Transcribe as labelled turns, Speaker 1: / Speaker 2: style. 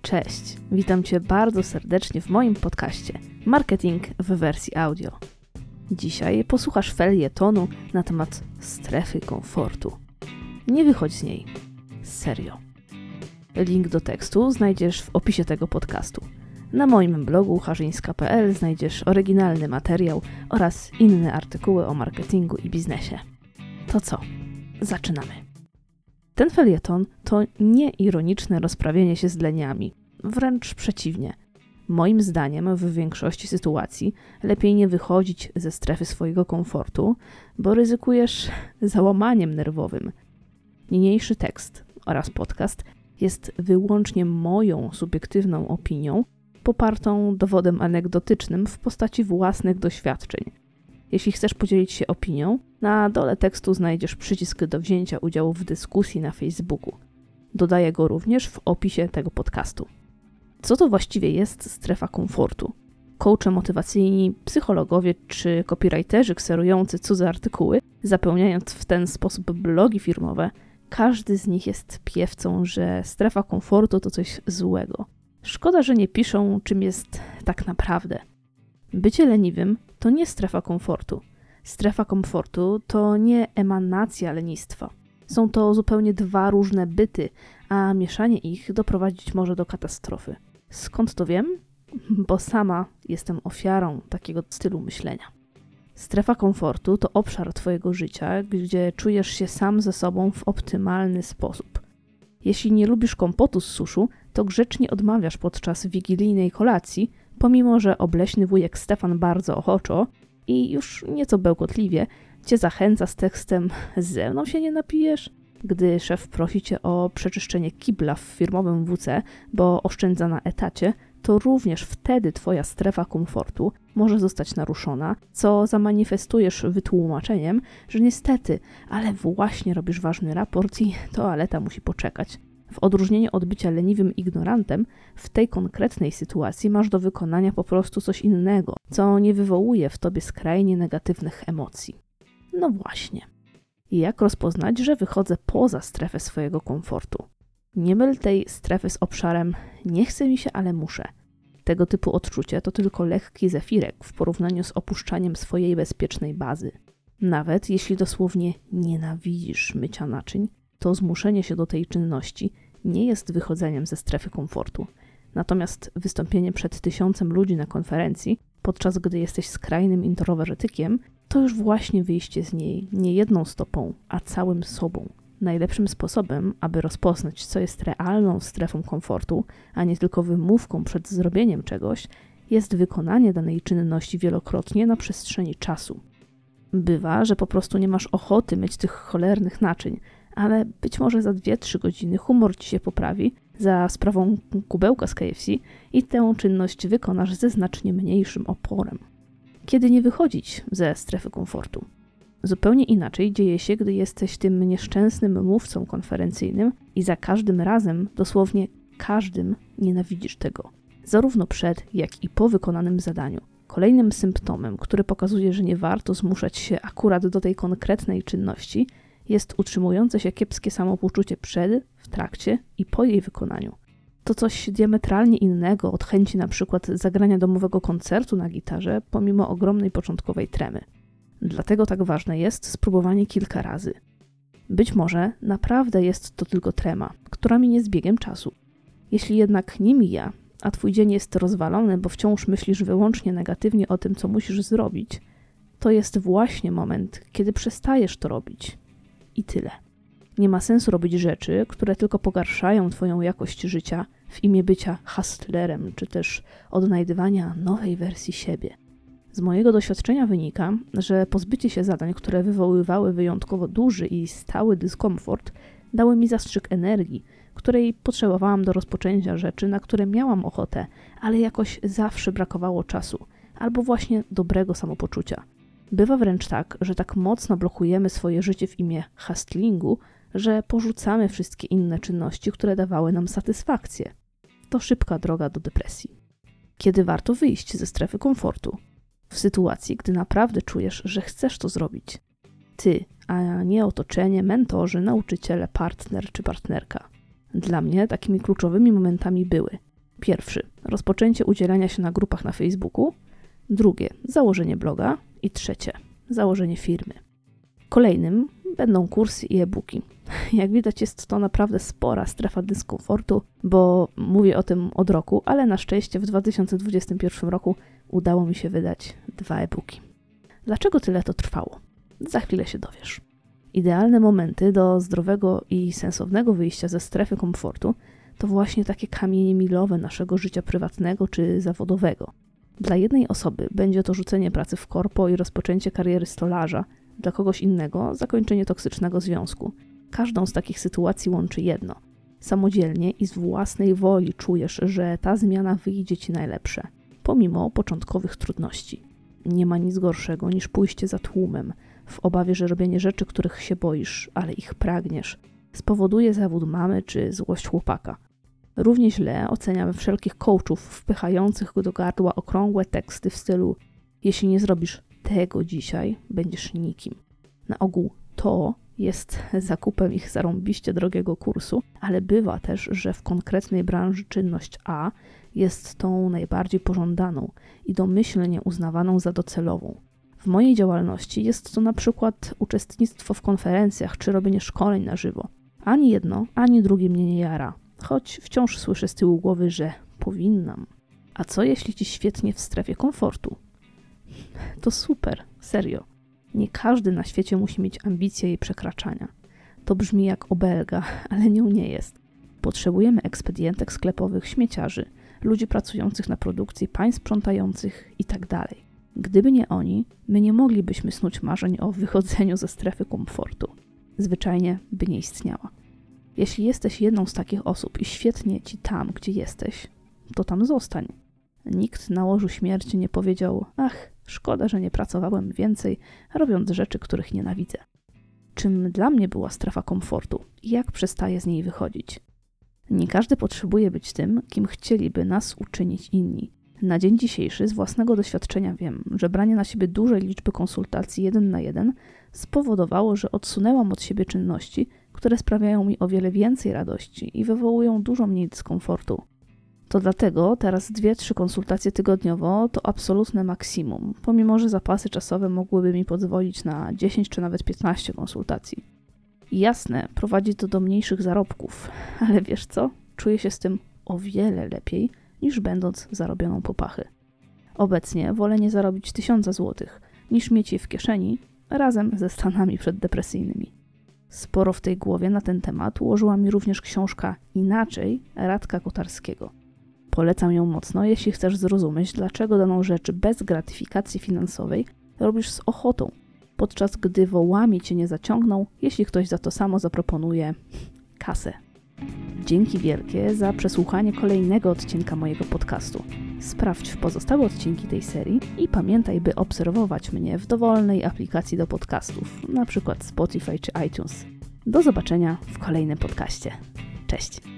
Speaker 1: Cześć, witam Cię bardzo serdecznie w moim podcaście Marketing w wersji audio. Dzisiaj posłuchasz felietonu na temat strefy komfortu. Nie wychodź z niej. Serio. Link do tekstu znajdziesz w opisie tego podcastu. Na moim blogu harzyńska.pl znajdziesz oryginalny materiał oraz inne artykuły o marketingu i biznesie. To co? Zaczynamy. Ten felieton to nie ironiczne rozprawienie się z leniami. Wręcz przeciwnie. Moim zdaniem w większości sytuacji lepiej nie wychodzić ze strefy swojego komfortu, bo ryzykujesz załamaniem nerwowym. Niniejszy tekst oraz podcast jest wyłącznie moją subiektywną opinią, popartą dowodem anegdotycznym w postaci własnych doświadczeń. Jeśli chcesz podzielić się opinią, na dole tekstu znajdziesz przycisk do wzięcia udziału w dyskusji na Facebooku. Dodaję go również w opisie tego podcastu. Co to właściwie jest strefa komfortu? Coache motywacyjni, psychologowie czy copywriterzy kserujący cudze artykuły, zapełniając w ten sposób blogi firmowe, każdy z nich jest piewcą, że strefa komfortu to coś złego. Szkoda, że nie piszą, czym jest tak naprawdę. Bycie leniwym to nie strefa komfortu. Strefa komfortu to nie emanacja lenistwa. Są to zupełnie dwa różne byty, a mieszanie ich doprowadzić może do katastrofy. Skąd to wiem? Bo sama jestem ofiarą takiego stylu myślenia. Strefa komfortu to obszar Twojego życia, gdzie czujesz się sam ze sobą w optymalny sposób. Jeśli nie lubisz kompotu z suszu, to grzecznie odmawiasz podczas wigilijnej kolacji, pomimo że obleśny wujek Stefan bardzo ochoczo i już nieco bełkotliwie Cię zachęca z tekstem „ze mną się nie napijesz?”, gdy szef prosi Cię o przeczyszczenie kibla w firmowym WC, bo oszczędza na etacie, to również wtedy Twoja strefa komfortu może zostać naruszona, co zamanifestujesz wytłumaczeniem, że niestety, ale właśnie robisz ważny raport i toaleta musi poczekać. W odróżnieniu od bycia leniwym ignorantem, w tej konkretnej sytuacji masz do wykonania po prostu coś innego, co nie wywołuje w Tobie skrajnie negatywnych emocji. No właśnie. Jak rozpoznać, że wychodzę poza strefę swojego komfortu? Nie myl tej strefy z obszarem „nie chce mi się, ale muszę”. Tego typu odczucie to tylko lekki zefirek w porównaniu z opuszczaniem swojej bezpiecznej bazy. Nawet jeśli dosłownie nienawidzisz mycia naczyń, to zmuszenie się do tej czynności nie jest wychodzeniem ze strefy komfortu. Natomiast wystąpienie przed 1000 ludzi na konferencji, podczas gdy jesteś skrajnym introwertykiem, to już właśnie wyjście z niej nie jedną stopą, a całym sobą. Najlepszym sposobem, aby rozpoznać, co jest realną strefą komfortu, a nie tylko wymówką przed zrobieniem czegoś, jest wykonanie danej czynności wielokrotnie na przestrzeni czasu. Bywa, że po prostu nie masz ochoty myć tych cholernych naczyń, ale być może za 2-3 godziny humor Ci się poprawi za sprawą kubełka z KFC i tę czynność wykonasz ze znacznie mniejszym oporem. Kiedy nie wychodzić ze strefy komfortu? Zupełnie inaczej dzieje się, gdy jesteś tym nieszczęsnym mówcą konferencyjnym i za każdym razem, dosłownie każdym, nienawidzisz tego. Zarówno przed, jak i po wykonanym zadaniu. Kolejnym symptomem, który pokazuje, że nie warto zmuszać się akurat do tej konkretnej czynności, jest utrzymujące się kiepskie samopoczucie przed, w trakcie i po jej wykonaniu. To coś diametralnie innego od chęci na przykład zagrania domowego koncertu na gitarze, pomimo ogromnej początkowej tremy. Dlatego tak ważne jest spróbowanie kilka razy. Być może naprawdę jest to tylko trema, która minie z biegiem czasu. Jeśli jednak nie mija, a Twój dzień jest rozwalony, bo wciąż myślisz wyłącznie negatywnie o tym, co musisz zrobić, to jest właśnie moment, kiedy przestajesz to robić. I tyle. Nie ma sensu robić rzeczy, które tylko pogarszają Twoją jakość życia w imię bycia hustlerem, czy też odnajdywania nowej wersji siebie. Z mojego doświadczenia wynika, że pozbycie się zadań, które wywoływały wyjątkowo duży i stały dyskomfort, dały mi zastrzyk energii, której potrzebowałam do rozpoczęcia rzeczy, na które miałam ochotę, ale jakoś zawsze brakowało czasu, albo właśnie dobrego samopoczucia. Bywa wręcz tak, że tak mocno blokujemy swoje życie w imię hustlingu, że porzucamy wszystkie inne czynności, które dawały nam satysfakcję. To szybka droga do depresji. Kiedy warto wyjść ze strefy komfortu? W sytuacji, gdy naprawdę czujesz, że chcesz to zrobić. Ty, a nie otoczenie, mentorzy, nauczyciele, partner czy partnerka. Dla mnie takimi kluczowymi momentami były Pierwszy, rozpoczęcie udzielania się na grupach na Facebooku. Drugie, założenie bloga. I trzecie, założenie firmy. Kolejnym będą kursy i e-booki. Jak widać, jest to naprawdę spora strefa dyskomfortu, bo mówię o tym od roku, ale na szczęście w 2021 roku udało mi się wydać 2 e-booki. Dlaczego tyle to trwało? Za chwilę się dowiesz. Idealne momenty do zdrowego i sensownego wyjścia ze strefy komfortu to właśnie takie kamienie milowe naszego życia prywatnego czy zawodowego. Dla jednej osoby będzie to rzucenie pracy w korpo i rozpoczęcie kariery stolarza, dla kogoś innego zakończenie toksycznego związku. Każdą z takich sytuacji łączy jedno. Samodzielnie i z własnej woli czujesz, że ta zmiana wyjdzie ci najlepsze, pomimo początkowych trudności. Nie ma nic gorszego niż pójście za tłumem, w obawie, że robienie rzeczy, których się boisz, ale ich pragniesz, spowoduje zawód mamy czy złość chłopaka. Równie źle oceniam wszelkich coachów wpychających do gardła okrągłe teksty w stylu: jeśli nie zrobisz tego dzisiaj, będziesz nikim. Na ogół to jest zakupem ich zarąbiście drogiego kursu, ale bywa też, że w konkretnej branży czynność A jest tą najbardziej pożądaną i domyślnie uznawaną za docelową. W mojej działalności jest to na przykład uczestnictwo w konferencjach czy robienie szkoleń na żywo. Ani jedno, ani drugie mnie nie jara, choć wciąż słyszę z tyłu głowy, że powinnam. A co jeśli ci świetnie w strefie komfortu? To super, serio. Nie każdy na świecie musi mieć ambicje jej przekraczania. To brzmi jak obelga, ale nią nie jest. Potrzebujemy ekspedientek sklepowych, śmieciarzy, ludzi pracujących na produkcji, pań sprzątających itd. Gdyby nie oni, my nie moglibyśmy snuć marzeń o wychodzeniu ze strefy komfortu. Zwyczajnie by nie istniała. Jeśli jesteś jedną z takich osób i świetnie ci tam, gdzie jesteś, to tam zostań. Nikt na łożu śmierci nie powiedział: ach, szkoda, że nie pracowałem więcej, robiąc rzeczy, których nienawidzę. Czym dla mnie była strefa komfortu i jak przestaję z niej wychodzić? Nie każdy potrzebuje być tym, kim chcieliby nas uczynić inni. Na dzień dzisiejszy z własnego doświadczenia wiem, że branie na siebie dużej liczby konsultacji 1 na 1 spowodowało, że odsunęłam od siebie czynności, które sprawiają mi o wiele więcej radości i wywołują dużo mniej dyskomfortu. To dlatego teraz 2-3 konsultacje tygodniowo to absolutne maksimum, pomimo że zapasy czasowe mogłyby mi pozwolić na 10 czy nawet 15 konsultacji. I jasne, prowadzi to do mniejszych zarobków, ale wiesz co? Czuję się z tym o wiele lepiej niż będąc zarobioną po pachy. Obecnie wolę nie zarobić 1000 złotych, niż mieć je w kieszeni razem ze stanami przeddepresyjnymi. Sporo w tej głowie na ten temat ułożyła mi również książka Inaczej Radka Kotarskiego. Polecam ją mocno, jeśli chcesz zrozumieć, dlaczego daną rzecz bez gratyfikacji finansowej robisz z ochotą, podczas gdy wołami cię nie zaciągną, jeśli ktoś za to samo zaproponuje kasę. Dzięki wielkie za przesłuchanie kolejnego odcinka mojego podcastu. Sprawdź w pozostałe odcinki tej serii i pamiętaj, by obserwować mnie w dowolnej aplikacji do podcastów, np. Spotify czy iTunes. Do zobaczenia w kolejnym podcaście. Cześć!